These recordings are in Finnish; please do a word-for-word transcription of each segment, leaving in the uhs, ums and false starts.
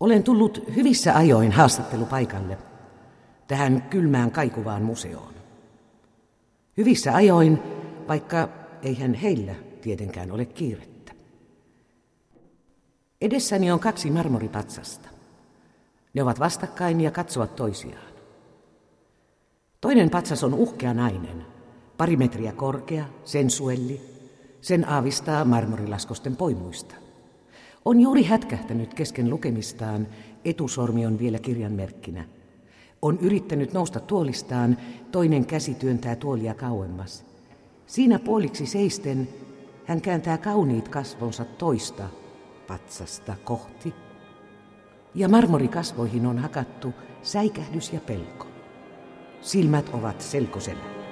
Olen tullut hyvissä ajoin haastattelupaikalle, tähän kylmään kaikuvaan museoon. Hyvissä ajoin, vaikka eihän heillä tietenkään ole kiirettä. Edessäni on kaksi marmoripatsasta. Ne ovat vastakkain ja katsovat toisiaan. Toinen patsas on uhkea nainen, pari metriä korkea, sensuelli. Sen aavistaa marmorilaskosten poimuista. On juuri hätkähtänyt kesken lukemistaan, etusormi on vielä kirjan merkkinä. On yrittänyt nousta tuolistaan, toinen käsi työntää tuolia kauemmas. Siinä puoliksi seisten hän kääntää kauniit kasvonsa toista patsasta kohti. Ja marmorikasvoihin on hakattu säikähdys ja pelko. Silmät ovat selkoselällä.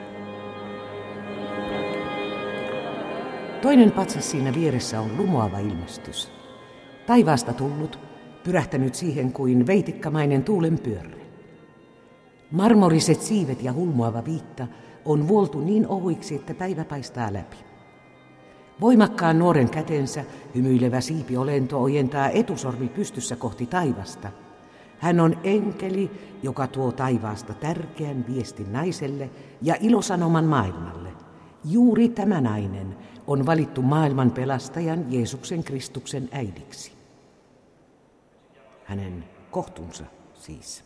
Toinen patsas siinä vieressä on lumoava ilmestys. Taivaasta tullut, pyrähtänyt siihen kuin veitikkamainen tuulen pyörre. Marmoriset siivet ja hulmuava viitta on vuoltu niin ohuiksi, että päivä paistaa läpi. Voimakkaan nuoren kätensä hymyilevä siipiolento ojentaa etusormi pystyssä kohti taivasta. Hän on enkeli, joka tuo taivaasta tärkeän viestin naiselle ja ilosanoman maailmalle. Juuri tämä nainen on valittu maailman pelastajan Jeesuksen Kristuksen äidiksi. Hänen kohtunsa siis.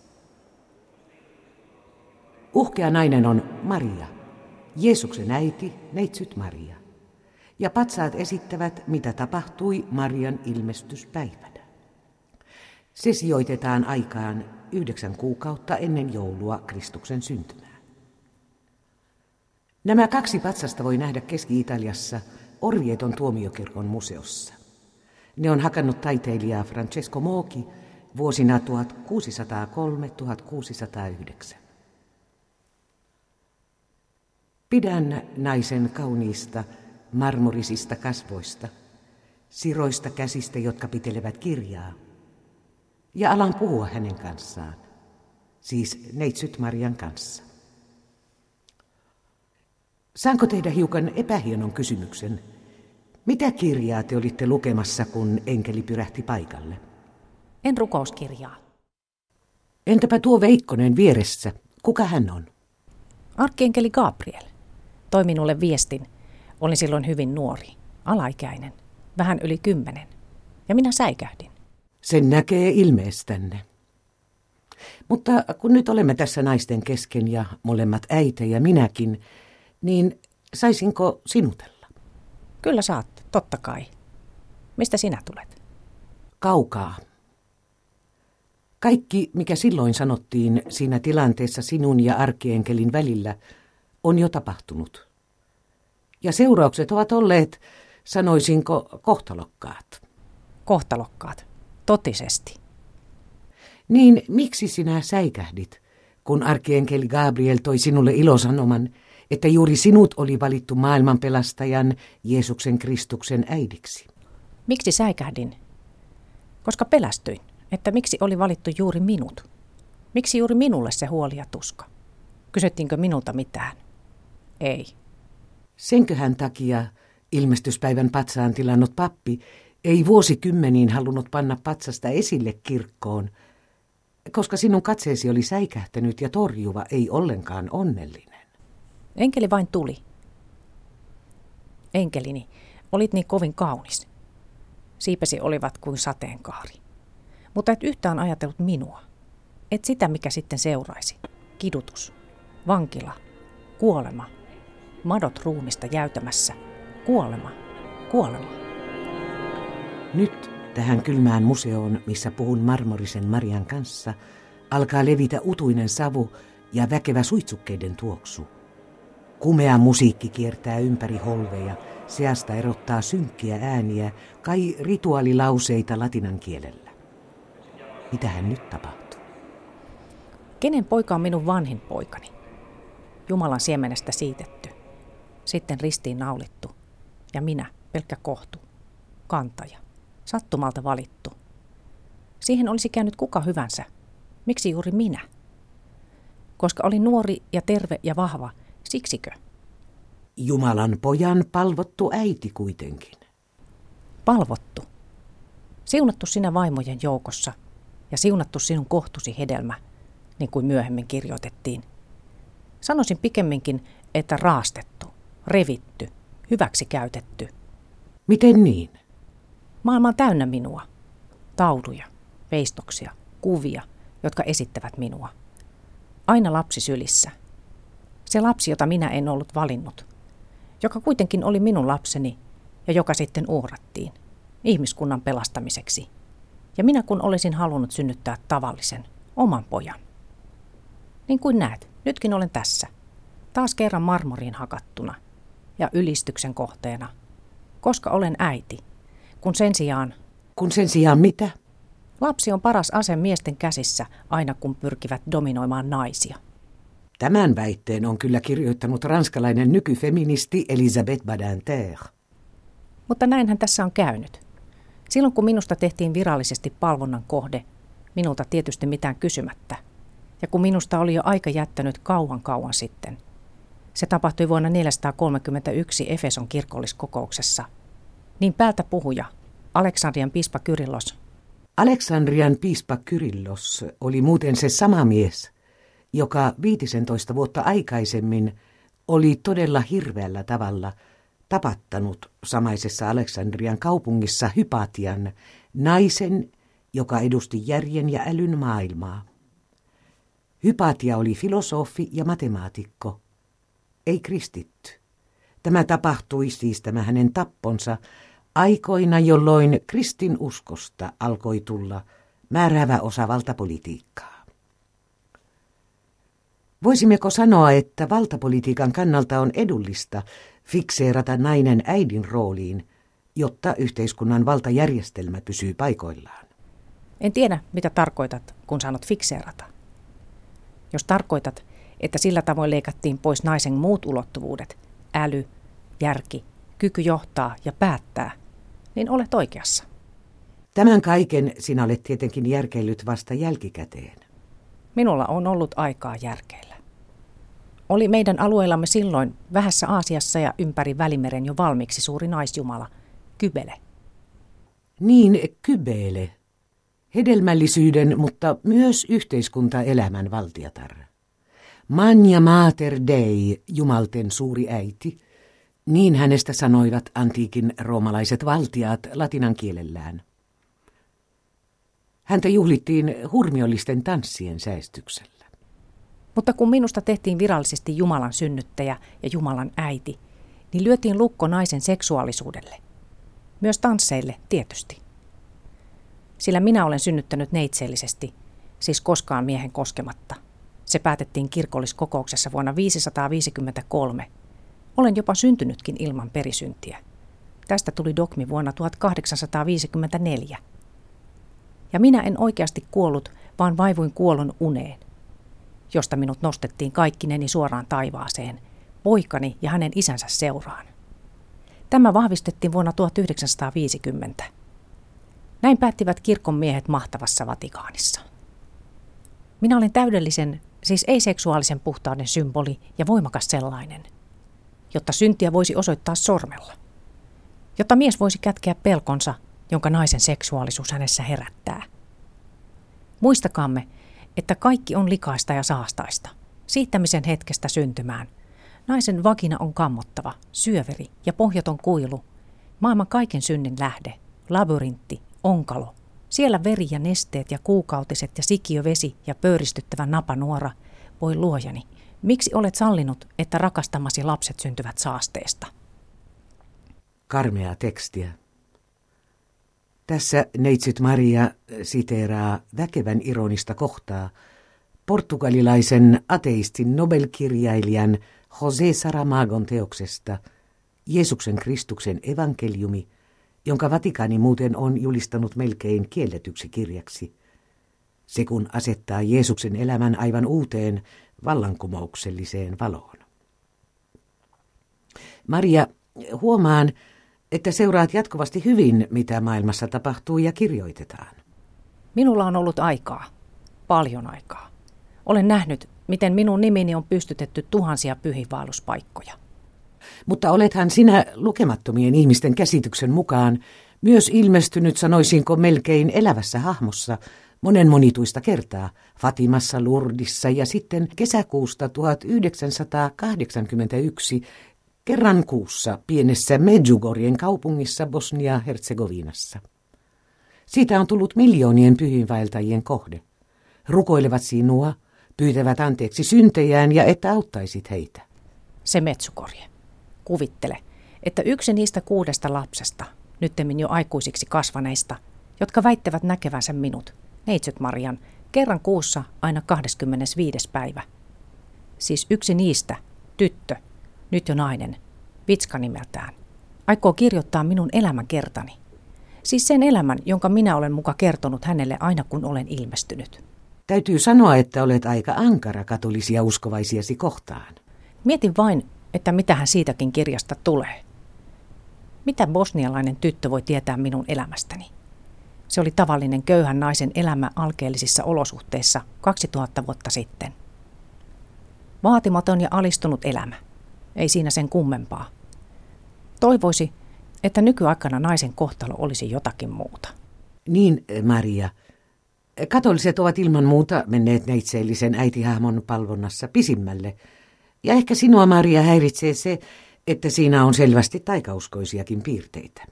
Uhkea nainen on Maria, Jeesuksen äiti, neitsyt Maria. Ja patsaat esittävät, mitä tapahtui Marian ilmestyspäivänä. Se sijoitetaan aikaan yhdeksän kuukautta ennen joulua Kristuksen syntymää. Nämä kaksi patsasta voi nähdä Keski-Italiassa Orvieton tuomiokirkon museossa. Ne on hakannut taiteilija Francesco Mochi vuosina tuhatkuusisataakolme - tuhatkuusisataayhdeksän. Pidän naisen kauniista marmorisista kasvoista, siroista käsistä, jotka pitelevät kirjaa, ja alan puhua hänen kanssaan, siis neitsyt Marian kanssa. Saanko tehdä hiukan epähienon kysymyksen? Mitä kirjaa te olitte lukemassa, kun enkeli pyrähti paikalle? En rukouskirjaa. Entäpä tuo Veikkonen vieressä? Kuka hän on? Arkkienkeli Gabriel toi minulle viestin. Olin silloin hyvin nuori, alaikäinen, vähän yli kymmenen. Ja minä säikähdin. Sen näkee ilmeestänne. Mutta kun nyt olemme tässä naisten kesken ja molemmat äitejä minäkin, niin saisinko sinutella? Kyllä saat, totta kai. Mistä sinä tulet? Kaukaa. Kaikki, mikä silloin sanottiin siinä tilanteessa sinun ja arkkienkelin välillä, on jo tapahtunut. Ja seuraukset ovat olleet, sanoisinko, kohtalokkaat. Kohtalokkaat, totisesti. Niin miksi sinä säikähdit, kun arkkienkeli Gabriel toi sinulle ilosanoman, että juuri sinut oli valittu maailmanpelastajan Jeesuksen Kristuksen äidiksi? Miksi säikähdin? Koska pelästyin, että miksi oli valittu juuri minut. Miksi juuri minulle se huoli ja tuska? Kysyttiinkö minulta mitään? Ei. Senköhän takia ilmestyspäivän patsaan tilannut pappi ei vuosikymmeniin halunnut panna patsasta esille kirkkoon, koska sinun katseesi oli säikähtänyt ja torjuva, ei ollenkaan onnellinen. Enkeli vain tuli. Enkelini, olit niin kovin kaunis. Siipesi olivat kuin sateenkaari. Mutta et yhtään ajatellut minua. Et sitä, mikä sitten seuraisi. Kidutus, vankila, kuolema, madot ruumista jäytämässä. Kuolema, kuolema. Nyt tähän kylmään museoon, missä puhun marmorisen Marian kanssa, alkaa levitä utuinen savu ja väkevä suitsukkeiden tuoksu. Kumea musiikki kiertää ympäri holveja, seasta erottaa synkkiä ääniä, kai rituaalilauseita latinan kielellä. Mitähän nyt tapahtuu? Kenen poika on minun vanhin poikani? Jumalan siemenestä siitetty, sitten ristiin naulittu, ja minä, pelkkä kohtu, kantaja, sattumalta valittu. Siihen olisi käynyt kuka hyvänsä. Miksi juuri minä? Koska olin nuori ja terve ja vahva, siksikö? Jumalan pojan palvottu äiti kuitenkin. Palvottu. Siunattu sinä vaimojen joukossa, ja siunattu sinun kohtusi hedelmä, niin kuin myöhemmin kirjoitettiin. Sanoisin pikemminkin, että raastettu, revitty, hyväksi käytetty. Miten niin? Maailma on täynnä minua. Tauluja, veistoksia, kuvia, jotka esittävät minua. Aina lapsi sylissä. Se lapsi, jota minä en ollut valinnut. Joka kuitenkin oli minun lapseni ja joka sitten uhrattiin ihmiskunnan pelastamiseksi. Ja minä kun olisin halunnut synnyttää tavallisen, oman pojan. Niin kuin näet, nytkin olen tässä. Taas kerran marmoriin hakattuna ja ylistyksen kohteena. Koska olen äiti, kun sen sijaan... Kun sen sijaan mitä? Lapsi on paras ase miesten käsissä aina kun pyrkivät dominoimaan naisia. Tämän väitteen on kyllä kirjoittanut ranskalainen nykyfeministi Elisabeth Badinter. Mutta näinhän tässä on käynyt. Silloin kun minusta tehtiin virallisesti palvonnan kohde, minulta tietysti mitään kysymättä. Ja kun minusta oli jo aika jättänyt kauan kauan sitten. Se tapahtui vuonna neljäsataakolmekymmentäyksi Efeson kirkolliskokouksessa. Niin päältä puhuja, Aleksandrian piispa Kyrillos. Aleksandrian piispa Kyrillos oli muuten se sama mies, joka viitisentoista vuotta aikaisemmin oli todella hirveällä tavalla tapattanut samaisessa Aleksandrian kaupungissa Hypatian, naisen, joka edusti järjen ja älyn maailmaa. Hypatia oli filosofi ja matemaatikko, ei kristitty. Tämä tapahtui siis tämä hänen tapponsa aikoina, jolloin kristinuskosta alkoi tulla määräävä osa valtapolitiikkaa. Voisimmeko sanoa, että valtapolitiikan kannalta on edullista fikseerata nainen äidin rooliin, jotta yhteiskunnan valtajärjestelmä pysyy paikoillaan? En tiedä, mitä tarkoitat, kun sanot fikseerata. Jos tarkoitat, että sillä tavoin leikattiin pois naisen muut ulottuvuudet, äly, järki, kyky johtaa ja päättää, niin olet oikeassa. Tämän kaiken sinä olet tietenkin järkeillyt vasta jälkikäteen. Minulla on ollut aikaa järkeillä. Oli meidän alueellamme silloin vähässä Aasiassa ja ympäri Välimeren jo valmiiksi suuri naisjumala, Kybele. Niin, Kybele. Hedelmällisyyden, mutta myös yhteiskuntaelämän valtiatar. Magna Mater Dei, jumalten suuri äiti, niin hänestä sanoivat antiikin roomalaiset valtiaat latinan kielellään. Häntä juhlittiin hurmiollisten tanssien säestyksellä. Mutta kun minusta tehtiin virallisesti Jumalan synnyttäjä ja Jumalan äiti, niin lyötiin lukko naisen seksuaalisuudelle. Myös tansseille tietysti. Sillä minä olen synnyttänyt neitsellisesti, siis koskaan miehen koskematta. Se päätettiin kirkolliskokouksessa vuonna viisisataaviisikymmentäkolme. Olen jopa syntynytkin ilman perisyntiä. Tästä tuli dogmi vuonna tuhatkahdeksansataaviisikymmentäneljä. Ja minä en oikeasti kuollut, vaan vaivuin kuollon uneen, josta minut nostettiin kaikkineni suoraan taivaaseen, poikani ja hänen isänsä seuraan. Tämä vahvistettiin vuonna tuhatyhdeksänsataaviisikymmentä. Näin päättivät kirkon miehet mahtavassa Vatikaanissa. Minä olen täydellisen, siis ei-seksuaalisen puhtauden symboli ja voimakas sellainen, jotta syntiä voisi osoittaa sormella, jotta mies voisi kätkeä pelkonsa, jonka naisen seksuaalisuus hänessä herättää. Muistakaamme, että kaikki on likaista ja saastaista, siittämisen hetkestä syntymään. Naisen vagina on kammottava, syöveri ja pohjaton kuilu, maailman kaiken synnin lähde, labyrintti, onkalo, siellä veri ja nesteet ja kuukautiset ja sikiövesi ja pöyristyttävä napanuora, voi luojani, miksi olet sallinut, että rakastamasi lapset syntyvät saasteesta? Karmea tekstiä. Tässä neitsyt Maria siteeraa väkevän ironista kohtaa portugalilaisen ateistin Nobel-kirjailijan José Saramagon teoksesta Jeesuksen Kristuksen evankeliumi, jonka Vatikaani muuten on julistanut melkein kielletyksi kirjaksi. Se kun asettaa Jeesuksen elämän aivan uuteen vallankumoukselliseen valoon. Maria, huomaan, että seuraat jatkuvasti hyvin, mitä maailmassa tapahtuu ja kirjoitetaan. Minulla on ollut aikaa, paljon aikaa. Olen nähnyt, miten minun nimeni on pystytetty tuhansia pyhiinvaelluspaikkoja. Mutta olethan sinä lukemattomien ihmisten käsityksen mukaan Myös ilmestynyt, sanoisinko melkein elävässä hahmossa, monen monituista kertaa, Fatimassa, Lourdesissa ja sitten kesäkuusta tuhatyhdeksänsataakahdeksankymmentäyksi kerran kuussa pienessä Medjugorjen kaupungissa Bosnia-Herzegovinassa. Siitä on tullut miljoonien pyhiinvaeltajien kohde. Rukoilevat sinua, pyytävät anteeksi syntejään ja että auttaisit heitä. Se Medjugorje. Kuvittele, että yksi niistä kuudesta lapsesta, nyttemmin jo aikuisiksi kasvaneista, jotka väittävät näkevänsä minut, Neitsyt Marian, kerran kuussa aina kahdeskymmenesviides päivä. Siis yksi niistä, tyttö, nyt jo nainen, Vitska nimeltään, aikoo kirjoittaa minun elämänkertani. Siis sen elämän, jonka minä olen muka kertonut hänelle aina kun olen ilmestynyt. Täytyy sanoa, että olet aika ankara katolisia uskovaisiasi kohtaan. Mietin vain, että mitä hän siitäkin kirjasta tulee. Mitä bosnialainen tyttö voi tietää minun elämästäni? Se oli tavallinen köyhän naisen elämä alkeellisissa olosuhteissa kaksituhatta vuotta sitten. Vaatimaton ja alistunut elämä. Ei siinä sen kummempaa. Toivoisi, että nykyaikana naisen kohtalo olisi jotakin muuta. Niin, Maria. Katoliset ovat ilman muuta menneet neitseellisen äitihahmon palvonnassa pisimmälle. Ja ehkä sinua, Maria, häiritsee se, että siinä on selvästi taikauskoisiakin piirteitä.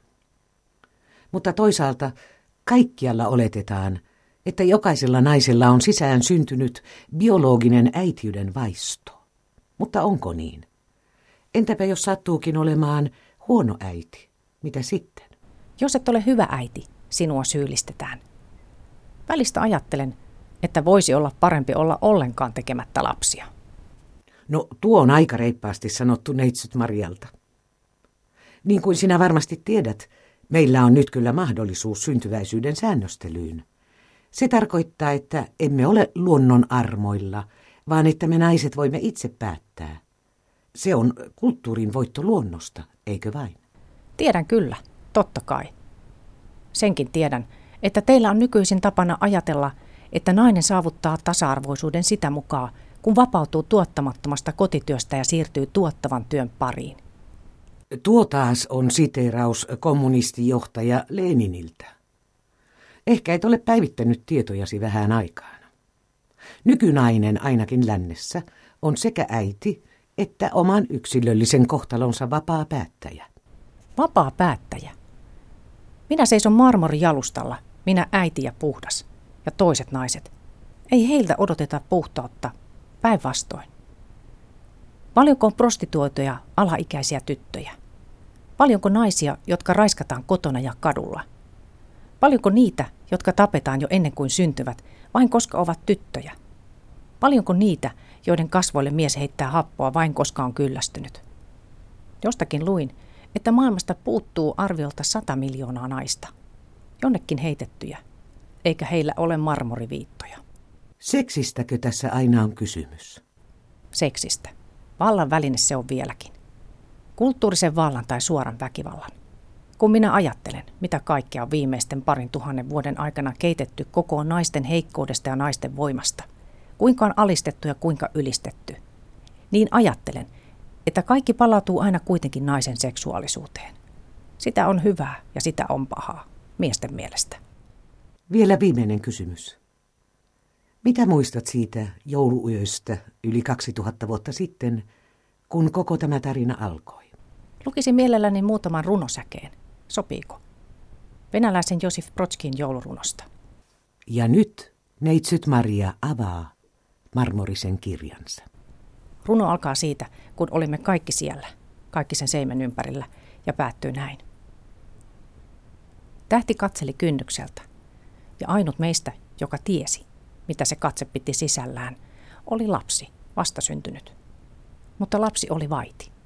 Mutta toisaalta kaikkialla oletetaan, että jokaisella naisella on sisään syntynyt biologinen äitiyden vaisto. Mutta onko niin? Entäpä jos sattuukin olemaan huono äiti? Mitä sitten? Jos et ole hyvä äiti, sinua syyllistetään. Välistä ajattelen, että voisi olla parempi olla ollenkaan tekemättä lapsia. No, tuo on aika reippaasti sanottu Neitsyt Marialta. Niin kuin sinä varmasti tiedät, meillä on nyt kyllä mahdollisuus syntyväisyyden säännöstelyyn. Se tarkoittaa, että emme ole luonnon armoilla, vaan että me naiset voimme itse päättää. Se on kulttuurin voitto luonnosta, eikö vain? Tiedän kyllä, totta kai. Senkin tiedän, että teillä on nykyisin tapana ajatella, että nainen saavuttaa tasa-arvoisuuden sitä mukaan, kun vapautuu tuottamattomasta kotityöstä ja siirtyy tuottavan työn pariin. Tuo taas on siteeraus kommunistijohtaja Leniniltä. Ehkä et ole päivittänyt tietojasi vähän aikaan. Nykynainen ainakin lännessä on sekä äiti että oman yksilöllisen kohtalonsa vapaa päättäjä. Vapaa päättäjä? Minä seison marmorijalustalla, minä äiti ja puhdas, ja toiset naiset. Ei heiltä odoteta puhtautta, päinvastoin. Paljonko on prostituoituja alaikäisiä tyttöjä? Paljonko naisia, jotka raiskataan kotona ja kadulla? Paljonko niitä, jotka tapetaan jo ennen kuin syntyvät, vain koska ovat tyttöjä? Paljonko niitä, joiden kasvoille mies heittää happoa vain koska on kyllästynyt? Jostakin luin, että maailmasta puuttuu arviolta sata miljoonaa naista. Jonnekin heitettyjä, eikä heillä ole marmoriviittoja. Seksistäkö tässä aina on kysymys? Seksistä. Vallan väline se on vieläkin. Kulttuurisen vallan tai suoran väkivallan. Kun minä ajattelen, mitä kaikkea on viimeisten parin tuhannen vuoden aikana keitetty koko naisten heikkoudesta ja naisten voimasta, kuinka on alistettu ja kuinka ylistetty, niin ajattelen, että kaikki palautuu aina kuitenkin naisen seksuaalisuuteen. Sitä on hyvää ja sitä on pahaa, miesten mielestä. Vielä viimeinen kysymys. Mitä muistat siitä jouluyöstä yli kaksituhatta vuotta sitten, kun koko tämä tarina alkoi? Lukisin mielelläni muutaman runosäkeen. Sopiiko? Venäläisen Josif Brodskin joulurunosta. Ja nyt Neitsyt Maria avaa marmorisen kirjansa. Runo alkaa siitä, kun olimme kaikki siellä, kaikki sen seimen ympärillä, ja päättyy näin. Tähti katseli kynnykseltä, ja ainut meistä, joka tiesi, mitä se katse piti sisällään, oli lapsi, vastasyntynyt. Mutta lapsi oli vaiti.